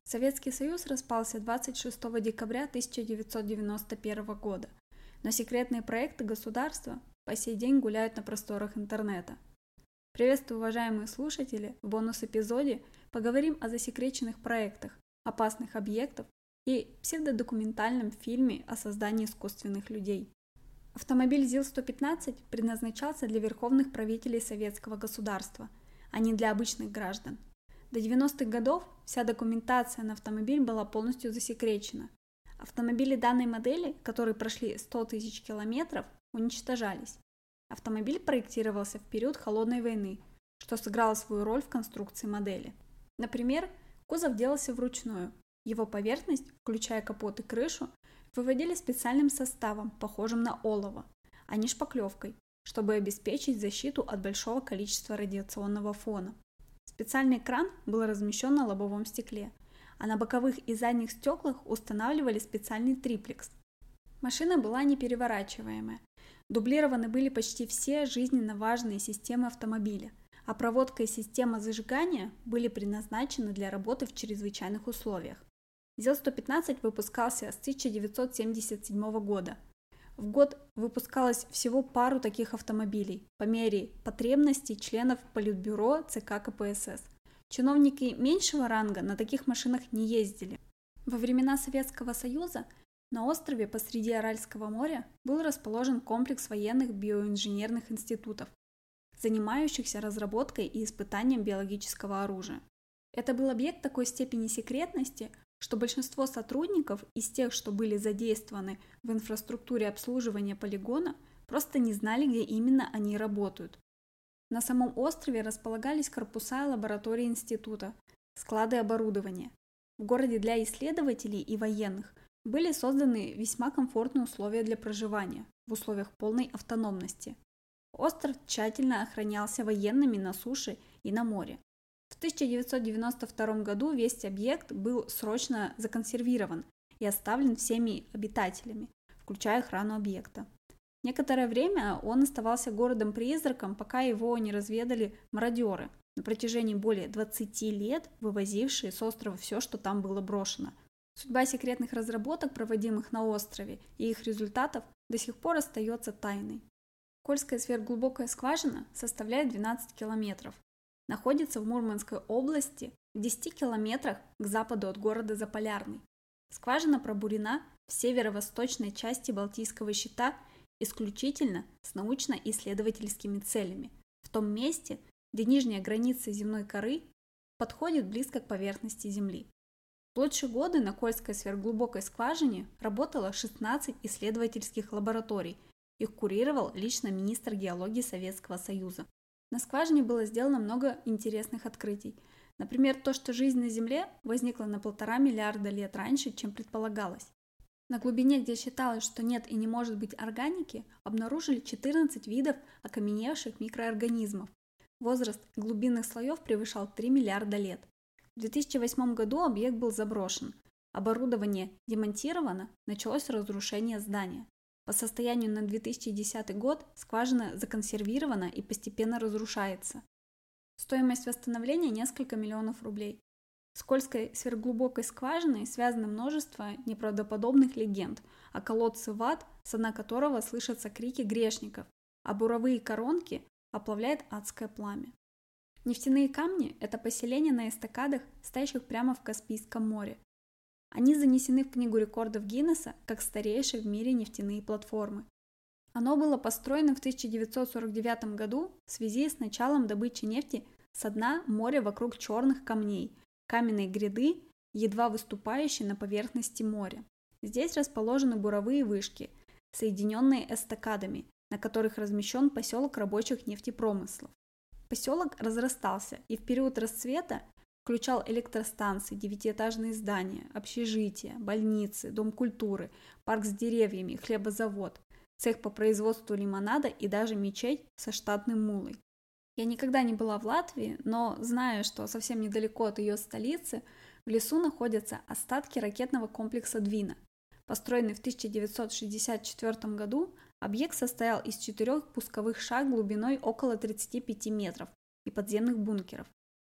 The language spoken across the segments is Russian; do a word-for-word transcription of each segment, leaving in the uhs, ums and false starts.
Советский Союз распался двадцать шестого декабря тысяча девятьсот девяносто первого года, но секретные проекты государства по сей день гуляют на просторах интернета. Приветствую, уважаемые слушатели! В бонус-эпизоде поговорим о засекреченных проектах, опасных объектах и псевдодокументальном фильме о создании искусственных людей. Автомобиль ЗИЛ сто пятнадцать предназначался для верховных правителей советского государства, а не для обычных граждан. До девяностых годов вся документация на автомобиль была полностью засекречена. Автомобили данной модели, которые прошли сто тысяч километров, уничтожались. Автомобиль проектировался в период Холодной войны, что сыграло свою роль в конструкции модели. Например, кузов делался вручную. Его поверхность, включая капот и крышу, выводили специальным составом, похожим на олово, а не шпаклевкой, чтобы обеспечить защиту от большого количества радиационного фона. Специальный кран был размещен на лобовом стекле, а на боковых и задних стеклах устанавливали специальный триплекс. Машина была непереворачиваемая. Дублированы были почти все жизненно важные системы автомобиля, а проводка и система зажигания были предназначены для работы в чрезвычайных условиях. ЗИЛ сто пятнадцать выпускался с тысяча девятьсот семьдесят седьмого года. В год выпускалось всего пару таких автомобилей по мере потребностей членов Политбюро ЦК КПСС. Чиновники меньшего ранга на таких машинах не ездили. Во времена Советского Союза на острове посреди Аральского моря был расположен комплекс военных биоинженерных институтов, занимающихся разработкой и испытанием биологического оружия. Это был объект такой степени секретности, что большинство сотрудников из тех, что были задействованы в инфраструктуре обслуживания полигона, просто не знали, где именно они работают. На самом острове располагались корпуса и лаборатории института, склады оборудования. В городе для исследователей и военных были созданы весьма комфортные условия для проживания в условиях полной автономности. Остров тщательно охранялся военными на суше и на море. В тысяча девятьсот девяносто втором году весь объект был срочно законсервирован и оставлен всеми обитателями, включая охрану объекта. Некоторое время он оставался городом-призраком, пока его не разведали мародеры, на протяжении более двадцати лет вывозившие с острова все, что там было брошено. Судьба секретных разработок, проводимых на острове, и их результатов до сих пор остается тайной. Кольская сверхглубокая скважина составляет двенадцать километров. Находится в Мурманской области в десяти километрах к западу от города Заполярный. Скважина пробурена в северо-восточной части Балтийского щита исключительно с научно-исследовательскими целями, в том месте, где нижняя граница земной коры подходит близко к поверхности Земли. В лучшие годы на Кольской сверхглубокой скважине работало шестнадцать исследовательских лабораторий, их курировал лично министр геологии Советского Союза. На скважине было сделано много интересных открытий. Например, то, что жизнь на Земле возникла на полтора миллиарда лет раньше, чем предполагалось. На глубине, где считалось, что нет и не может быть органики, обнаружили четырнадцать видов окаменевших микроорганизмов. Возраст глубинных слоев превышал три миллиарда лет. В две тысячи восьмом году объект был заброшен. Оборудование демонтировано, началось разрушение здания. По состоянию на две тысячи десятый год скважина законсервирована и постепенно разрушается. Стоимость восстановления несколько миллионов рублей. С Кольской сверхглубокой скважиной связано множество неправдоподобных легенд о колодце Вад, с дна которого слышатся крики грешников, а буровые коронки оплавляет адское пламя. Нефтяные камни – это поселения на эстакадах, стоящих прямо в Каспийском море. Они занесены в Книгу рекордов Гиннесса как старейшие в мире нефтяные платформы. Оно было построено в тысяча девятьсот сорок девятом году в связи с началом добычи нефти со дна моря вокруг черных камней, каменной гряды, едва выступающей на поверхности моря. Здесь расположены буровые вышки, соединенные эстакадами, на которых размещен поселок рабочих нефтепромыслов. Поселок разрастался и в период расцвета включал электростанции, девятиэтажные здания, общежития, больницы, дом культуры, парк с деревьями, хлебозавод, цех по производству лимонада и даже мечеть со штатным муллой. Я никогда не была в Латвии, но знаю, что совсем недалеко от ее столицы в лесу находятся остатки ракетного комплекса Двина. Построенный в тысяча девятьсот шестьдесят четвёртом году, объект состоял из четырех пусковых шахт глубиной около тридцати пяти метров и подземных бункеров.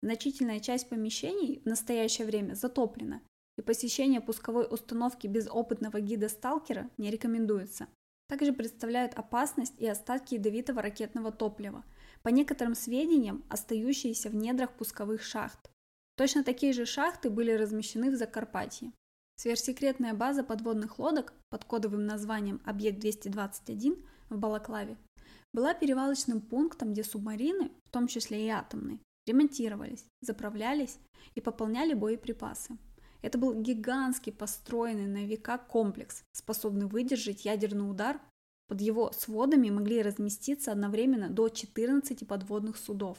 Значительная часть помещений в настоящее время затоплена, и посещение пусковой установки без опытного гида-сталкера не рекомендуется. Также представляют опасность и остатки ядовитого ракетного топлива, по некоторым сведениям, остающиеся в недрах пусковых шахт. Точно такие же шахты были размещены в Закарпатье. Сверхсекретная база подводных лодок под кодовым названием Объект двести двадцать один в Балаклаве была перевалочным пунктом, где субмарины, в том числе и атомные, ремонтировались, заправлялись и пополняли боеприпасы. Это был гигантский, построенный на века комплекс, способный выдержать ядерный удар. Под его сводами могли разместиться одновременно до четырнадцати подводных судов.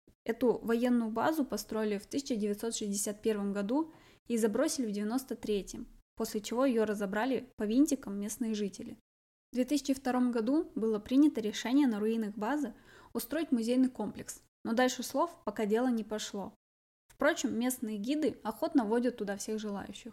Эту военную базу построили в тысяча девятьсот шестьдесят первом году и забросили в девяносто третьем, после чего ее разобрали по винтикам местные жители. В две тысячи втором году было принято решение на руинах базы устроить музейный комплекс, но дальше слов пока дело не пошло. Впрочем, местные гиды охотно водят туда всех желающих.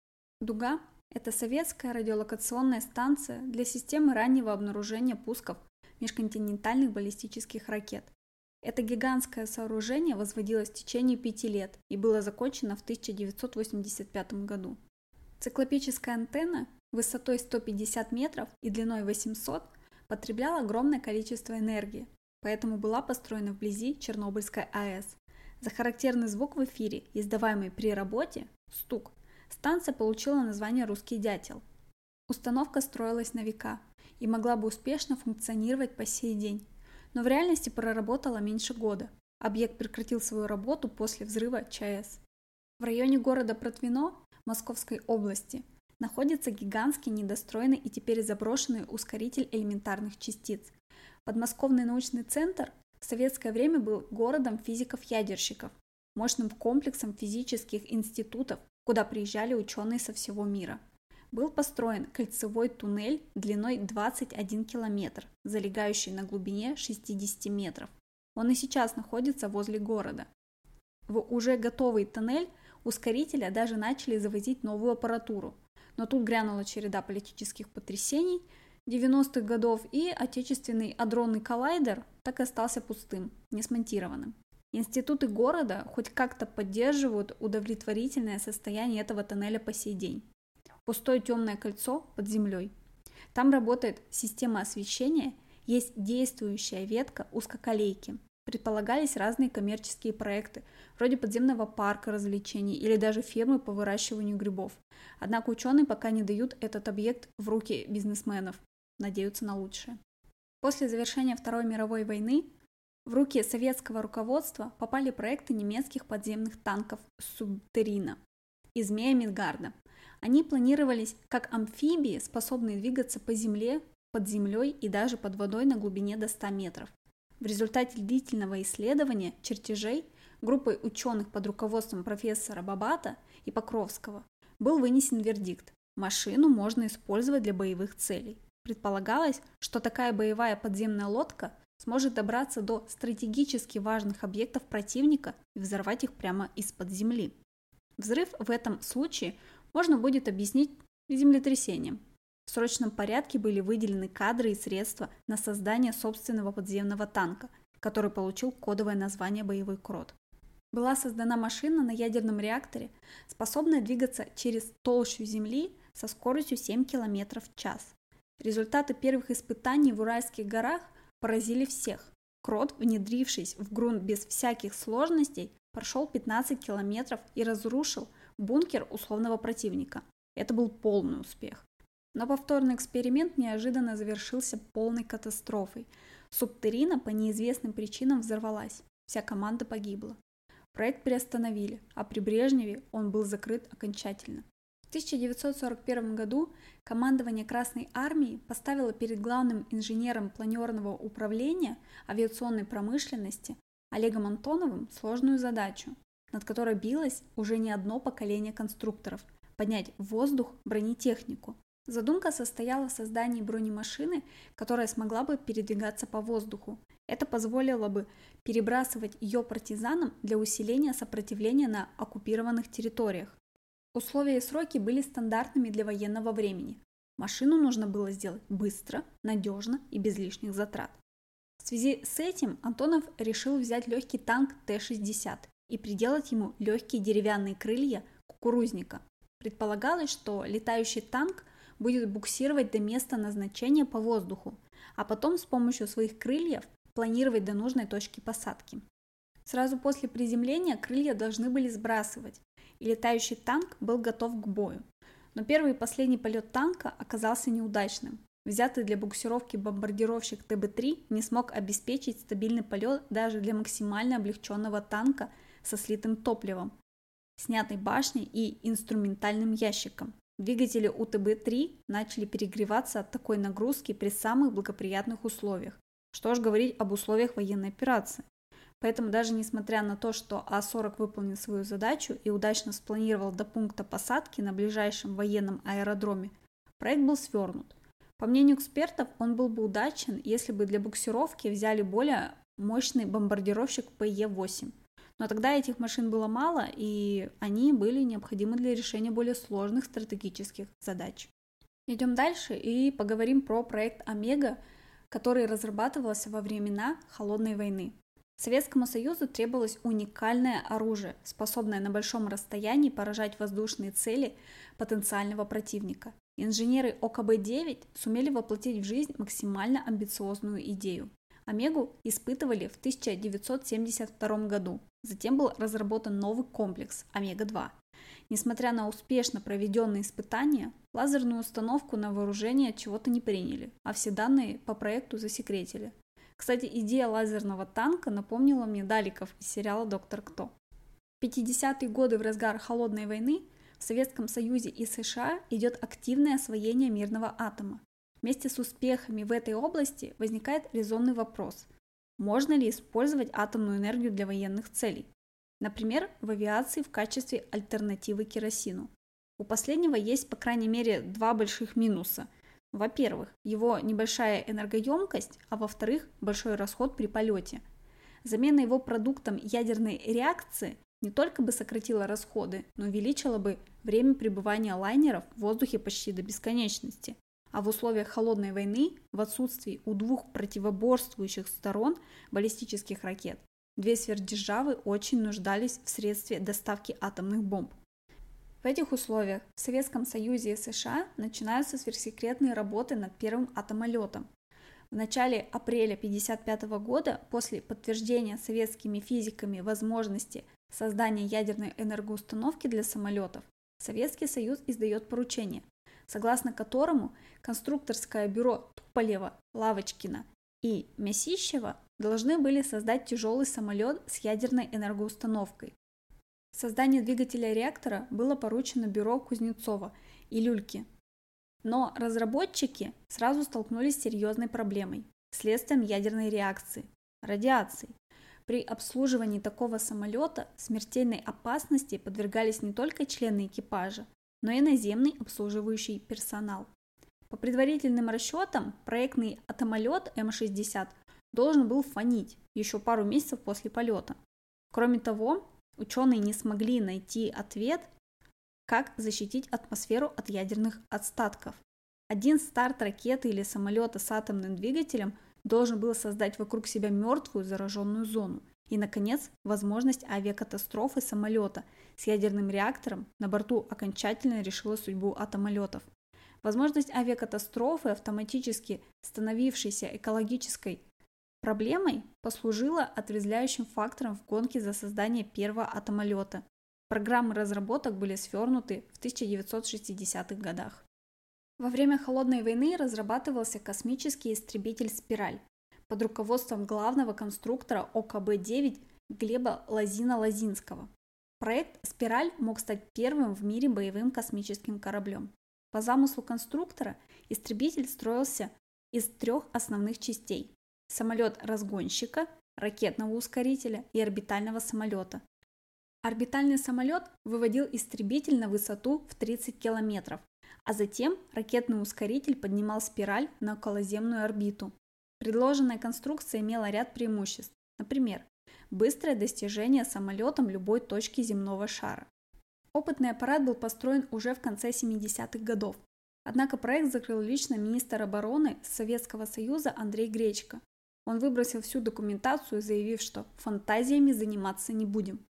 Дуга – это советская радиолокационная станция для системы раннего обнаружения пусков межконтинентальных баллистических ракет. Это гигантское сооружение возводилось в течение пяти лет и было закончено в тысяча девятьсот восемьдесят пятом году. Циклопическая антенна высотой сто пятьдесят метров и длиной восемьсот потребляла огромное количество энергии, поэтому была построена вблизи Чернобыльской АЭС. За характерный звук в эфире, издаваемый при работе, стук, станция получила название «Русский дятел». Установка строилась на века и могла бы успешно функционировать по сей день, но в реальности проработала меньше года. Объект прекратил свою работу после взрыва ЧАЭС. В районе города Протвино, Московской области, находится гигантский недостроенный и теперь заброшенный ускоритель элементарных частиц. Подмосковный научный центр в советское время был городом физиков-ядерщиков, мощным комплексом физических институтов, куда приезжали ученые со всего мира. Был построен кольцевой туннель длиной двадцать один километр, залегающий на глубине шестьдесят метров. Он и сейчас находится возле города. В уже готовый тоннель ускорителя даже начали завозить новую аппаратуру, но тут грянула череда политических потрясений девяностых годов, и отечественный адронный коллайдер так и остался пустым, не смонтированным. Институты города хоть как-то поддерживают удовлетворительное состояние этого тоннеля по сей день. Пустое темное кольцо под землей. Там работает система освещения, есть действующая ветка узкоколейки. Предполагались разные коммерческие проекты, вроде подземного парка развлечений или даже фермы по выращиванию грибов. Однако ученые пока не дают этот объект в руки бизнесменов, надеются на лучшее. После завершения Второй мировой войны в руки советского руководства попали проекты немецких подземных танков «Субтерина» и «Змея Мидгарда». Они планировались как амфибии, способные двигаться по земле, под землей и даже под водой на глубине до ста метров. В результате длительного исследования чертежей группой ученых под руководством профессора Бабата и Покровского был вынесен вердикт: машину можно использовать для боевых целей. Предполагалось, что такая боевая подземная лодка сможет добраться до стратегически важных объектов противника и взорвать их прямо из-под земли. Взрыв в этом случае можно будет объяснить землетрясением. В срочном порядке были выделены кадры и средства на создание собственного подземного танка, который получил кодовое название «Боевой крот». Была создана машина на ядерном реакторе, способная двигаться через толщу земли со скоростью семь километров в час. Результаты первых испытаний в Уральских горах поразили всех. Крот, внедрившись в грунт без всяких сложностей, прошел пятнадцать километров и разрушил бункер условного противника. Это был полный успех. Но повторный эксперимент неожиданно завершился полной катастрофой. Субтерина по неизвестным причинам взорвалась. Вся команда погибла. Проект приостановили, а при Брежневе он был закрыт окончательно. В тысяча девятьсот сорок первом году командование Красной Армии поставило перед главным инженером планерного управления авиационной промышленности Олегом Антоновым сложную задачу, над которой билось уже не одно поколение конструкторов – поднять в воздух бронетехнику. Задумка состояла в создании бронемашины, которая смогла бы передвигаться по воздуху. Это позволило бы перебрасывать ее партизанам для усиления сопротивления на оккупированных территориях. Условия и сроки были стандартными для военного времени. Машину нужно было сделать быстро, надежно и без лишних затрат. В связи с этим Антонов решил взять легкий танк Т шестьдесят и приделать ему легкие деревянные крылья кукурузника. Предполагалось, что летающий танк будет буксировать до места назначения по воздуху, а потом с помощью своих крыльев планировать до нужной точки посадки. Сразу после приземления крылья должны были сбрасывать, и летающий танк был готов к бою. Но первый и последний полет танка оказался неудачным. Взятый для буксировки бомбардировщик Тэ Бэ три не смог обеспечить стабильный полет даже для максимально облегченного танка со слитым топливом, снятой башней и инструментальным ящиком. Двигатели у Тэ Бэ три начали перегреваться от такой нагрузки при самых благоприятных условиях. Что ж говорить об условиях военной операции. Поэтому даже несмотря на то, что А сорок выполнил свою задачу и удачно спланировал до пункта посадки на ближайшем военном аэродроме, проект был свернут. По мнению экспертов, он был бы удачен, если бы для буксировки взяли более мощный бомбардировщик Пэ Е восемь. Но тогда этих машин было мало, и они были необходимы для решения более сложных стратегических задач. Идем дальше и поговорим про проект Омега, который разрабатывался во времена Холодной войны. Советскому Союзу требовалось уникальное оружие, способное на большом расстоянии поражать воздушные цели потенциального противника. Инженеры О Ка Бэ девять сумели воплотить в жизнь максимально амбициозную идею. Омегу испытывали в тысяча девятьсот семьдесят втором году. Затем был разработан новый комплекс Омега два. Несмотря на успешно проведенные испытания, лазерную установку на вооружение чего-то не приняли, а все данные по проекту засекретили. Кстати, идея лазерного танка напомнила мне Далеков из сериала «Доктор Кто». В пятидесятые годы в разгар Холодной войны в Советском Союзе и Сэ Шэ А идет активное освоение мирного атома. Вместе с успехами в этой области возникает резонный вопрос: можно ли использовать атомную энергию для военных целей? Например, в авиации в качестве альтернативы керосину. У последнего есть, по крайней мере, два больших минуса. Во-первых, его небольшая энергоемкость, а во-вторых, большой расход при полете. Замена его продуктом ядерной реакции не только бы сократила расходы, но увеличила бы время пребывания лайнеров в воздухе почти до бесконечности. А в условиях Холодной войны, в отсутствии у двух противоборствующих сторон баллистических ракет, две сверхдержавы очень нуждались в средстве доставки атомных бомб. В этих условиях в Советском Союзе и Сэ Шэ А начинаются сверхсекретные работы над первым атомолетом. В начале апреля тысяча девятьсот пятьдесят пятого года, после подтверждения советскими физиками возможности создания ядерной энергоустановки для самолетов, Советский Союз издает поручение, согласно которому конструкторское бюро Туполева, Лавочкина и Мясищева должны были создать тяжелый самолет с ядерной энергоустановкой. Создание двигателя реактора было поручено бюро Кузнецова и Люльки. Но разработчики сразу столкнулись с серьезной проблемой – следствием ядерной реакции – радиацией. При обслуживании такого самолета смертельной опасности подвергались не только члены экипажа, но и наземный обслуживающий персонал. По предварительным расчетам, проектный атомолет Эм шестьдесят должен был фонить еще пару месяцев после полета. Кроме того, ученые не смогли найти ответ, как защитить атмосферу от ядерных остатков. Один старт ракеты или самолета с атомным двигателем должен был создать вокруг себя мертвую зараженную зону. И, наконец, возможность авиакатастрофы самолета с ядерным реактором на борту окончательно решила судьбу атомолетов. Возможность авиакатастрофы, автоматически становившейся экологической проблемой, послужила отрезвляющим фактором в гонке за создание первого атомолета. Программы разработок были свернуты в тысяча девятьсот шестидесятых годах. Во время Холодной войны разрабатывался космический истребитель «Спираль» под руководством главного конструктора О Ка Бэ девять Глеба Лозина-Лозинского. Проект «Спираль» мог стать первым в мире боевым космическим кораблем. По замыслу конструктора истребитель строился из трех основных частей: самолет-разгонщика, ракетного ускорителя и орбитального самолета. Орбитальный самолет выводил истребитель на высоту в тридцать километров, а затем ракетный ускоритель поднимал спираль на околоземную орбиту. Предложенная конструкция имела ряд преимуществ, например, быстрое достижение самолетом любой точки земного шара. Опытный аппарат был построен уже в конце семидесятых годов, однако проект закрыл лично министр обороны Советского Союза Андрей Гречко. Он выбросил всю документацию, заявив, что фантазиями заниматься не будем.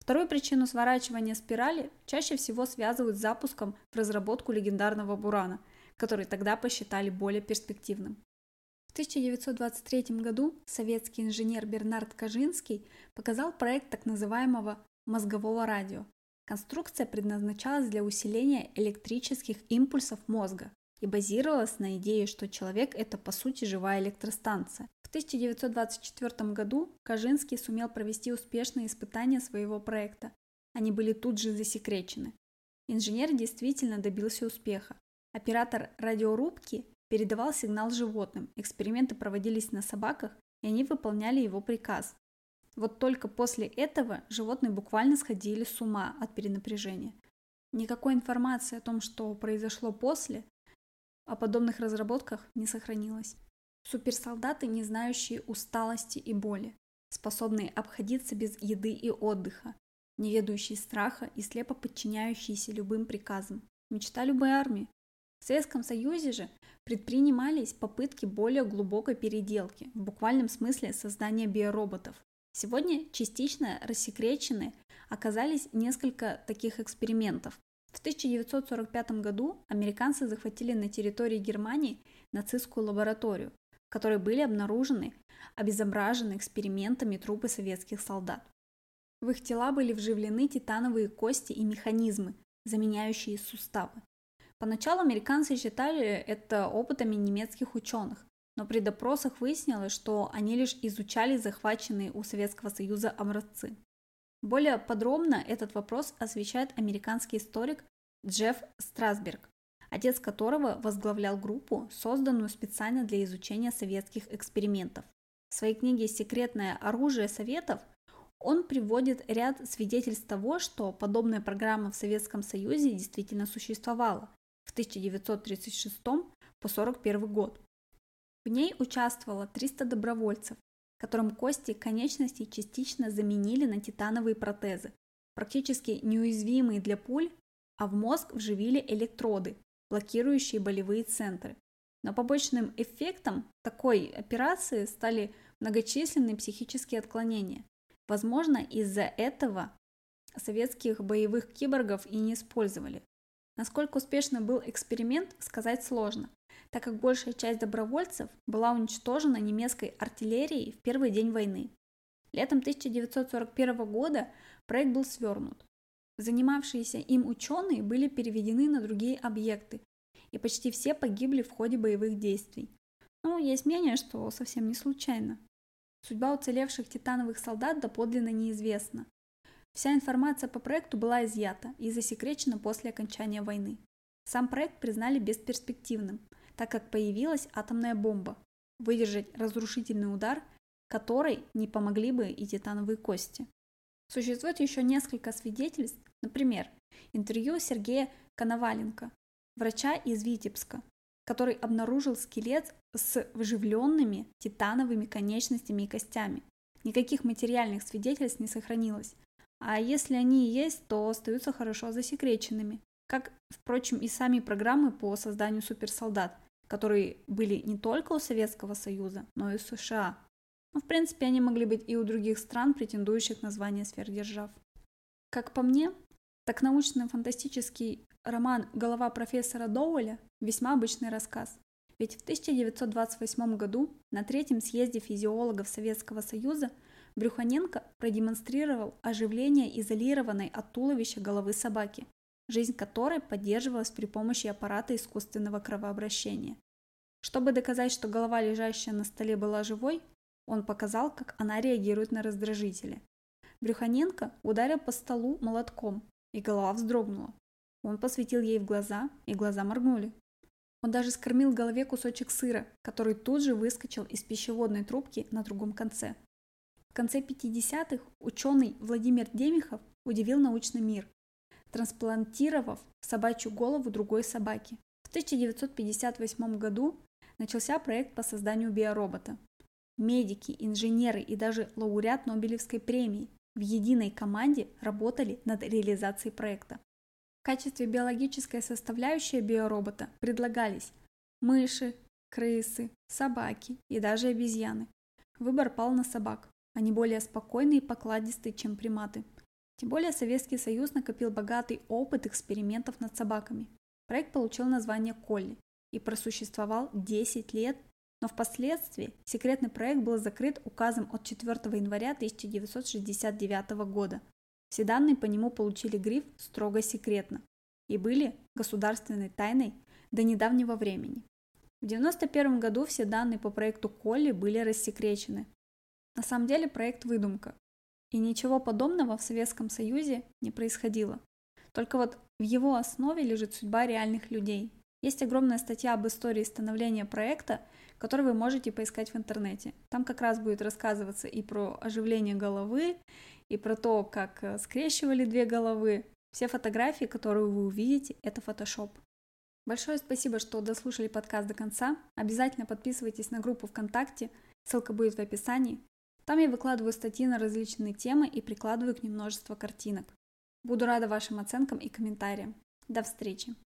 Вторую причину сворачивания спирали чаще всего связывают с запуском в разработку легендарного бурана, который тогда посчитали более перспективным. В тысяча девятьсот двадцать третьем году советский инженер Бернард Кажинский показал проект так называемого мозгового радио. Конструкция предназначалась для усиления электрических импульсов мозга и базировалась на идее, что человек – это по сути живая электростанция. В тысяча девятьсот двадцать четвёртом году Кажинский сумел провести успешные испытания своего проекта. Они были тут же засекречены. Инженер действительно добился успеха. Оператор радиорубки передавал сигнал животным, эксперименты проводились на собаках, и они выполняли его приказ. Вот только после этого животные буквально сходили с ума от перенапряжения. Никакой информации о том, что произошло после, о подобных разработках не сохранилось. Суперсолдаты, не знающие усталости и боли, способные обходиться без еды и отдыха, не ведающие страха и слепо подчиняющиеся любым приказам. Мечта любой армии. В Советском Союзе же предпринимались попытки более глубокой переделки, в буквальном смысле создания биороботов. Сегодня частично рассекречены оказались несколько таких экспериментов. В тысяча девятьсот сорок пятом году американцы захватили на территории Германии нацистскую лабораторию, в которой были обнаружены обезображены экспериментами трупы советских солдат. В их тела были вживлены титановые кости и механизмы, заменяющие суставы. Поначалу американцы считали это опытами немецких ученых, но при допросах выяснилось, что они лишь изучали захваченные у Советского Союза образцы. Более подробно этот вопрос освещает американский историк Джефф Страсберг, отец которого возглавлял группу, созданную специально для изучения советских экспериментов. В своей книге «Секретное оружие Советов» он приводит ряд свидетельств того, что подобная программа в Советском Союзе действительно существовала в тысяча девятьсот тридцать шестом по сорок первый год. В ней участвовало триста добровольцев, которым кости конечностей частично заменили на титановые протезы, практически неуязвимые для пуль, а в мозг вживили электроды, блокирующие болевые центры. Но побочным эффектом такой операции стали многочисленные психические отклонения. Возможно, из-за этого советских боевых киборгов и не использовали. Насколько успешным был эксперимент, сказать сложно, так как большая часть добровольцев была уничтожена немецкой артиллерией в первый день войны. Летом тысяча девятьсот сорок первого года проект был свернут. Занимавшиеся им ученые были переведены на другие объекты, и почти все погибли в ходе боевых действий. Но есть мнение, что совсем не случайно. Судьба уцелевших титановых солдат доподлинно неизвестна. Вся информация по проекту была изъята и засекречена после окончания войны. Сам проект признали бесперспективным, так как появилась атомная бомба, выдержать разрушительный удар, которой не помогли бы и титановые кости. Существует еще несколько свидетельств, например, интервью Сергея Коноваленко, врача из Витебска, который обнаружил скелет с вживленными титановыми конечностями и костями. Никаких материальных свидетельств не сохранилось, а если они и есть, то остаются хорошо засекреченными, как, впрочем, и сами программы по созданию суперсолдат, которые были не только у Советского Союза, но и у США. Но, в принципе, они могли быть и у других стран, претендующих на звание сверхдержав. Как по мне, так научно-фантастический роман «Голова профессора Доуэля» весьма обычный рассказ. Ведь в тысяча девятьсот двадцать восьмом году на третьем съезде физиологов Советского Союза Брюханенко продемонстрировал оживление изолированной от туловища головы собаки, жизнь которой поддерживалась при помощи аппарата искусственного кровообращения. Чтобы доказать, что голова, лежащая на столе, была живой, он показал, как она реагирует на раздражители. Брюханенко ударил по столу молотком, и голова вздрогнула. Он посветил ей в глаза, и глаза моргнули. Он даже скормил голове кусочек сыра, который тут же выскочил из пищеводной трубки на другом конце. В конце пятидесятых ученый Владимир Демихов удивил научный мир, трансплантировав собачью голову другой собаки. В тысяча девятьсот пятьдесят восьмом году начался проект по созданию биоробота. Медики, инженеры и даже лауреат Нобелевской премии в единой команде работали над реализацией проекта. В качестве биологической составляющей биоробота предлагались мыши, крысы, собаки и даже обезьяны. Выбор пал на собак. Они более спокойные и покладистые, чем приматы. Тем более Советский Союз накопил богатый опыт экспериментов над собаками. Проект получил название «Колли» и просуществовал десять лет, но впоследствии секретный проект был закрыт указом от четвёртого января тысяча девятьсот шестьдесят девятого года. Все данные по нему получили гриф «строго секретно» и были государственной тайной до недавнего времени. В девяносто первом году все данные по проекту Колли были рассекречены. На самом деле проект выдумка, и ничего подобного в Советском Союзе не происходило. Только вот в его основе лежит судьба реальных людей. Есть огромная статья об истории становления проекта, которую вы можете поискать в интернете. Там как раз будет рассказываться и про оживление головы, и про то, как скрещивали две головы. Все фотографии, которые вы увидите, это фотошоп. Большое спасибо, что дослушали подкаст до конца. Обязательно подписывайтесь на группу ВКонтакте, ссылка будет в описании. Там я выкладываю статьи на различные темы и прикладываю к ним множество картинок. Буду рада вашим оценкам и комментариям. До встречи!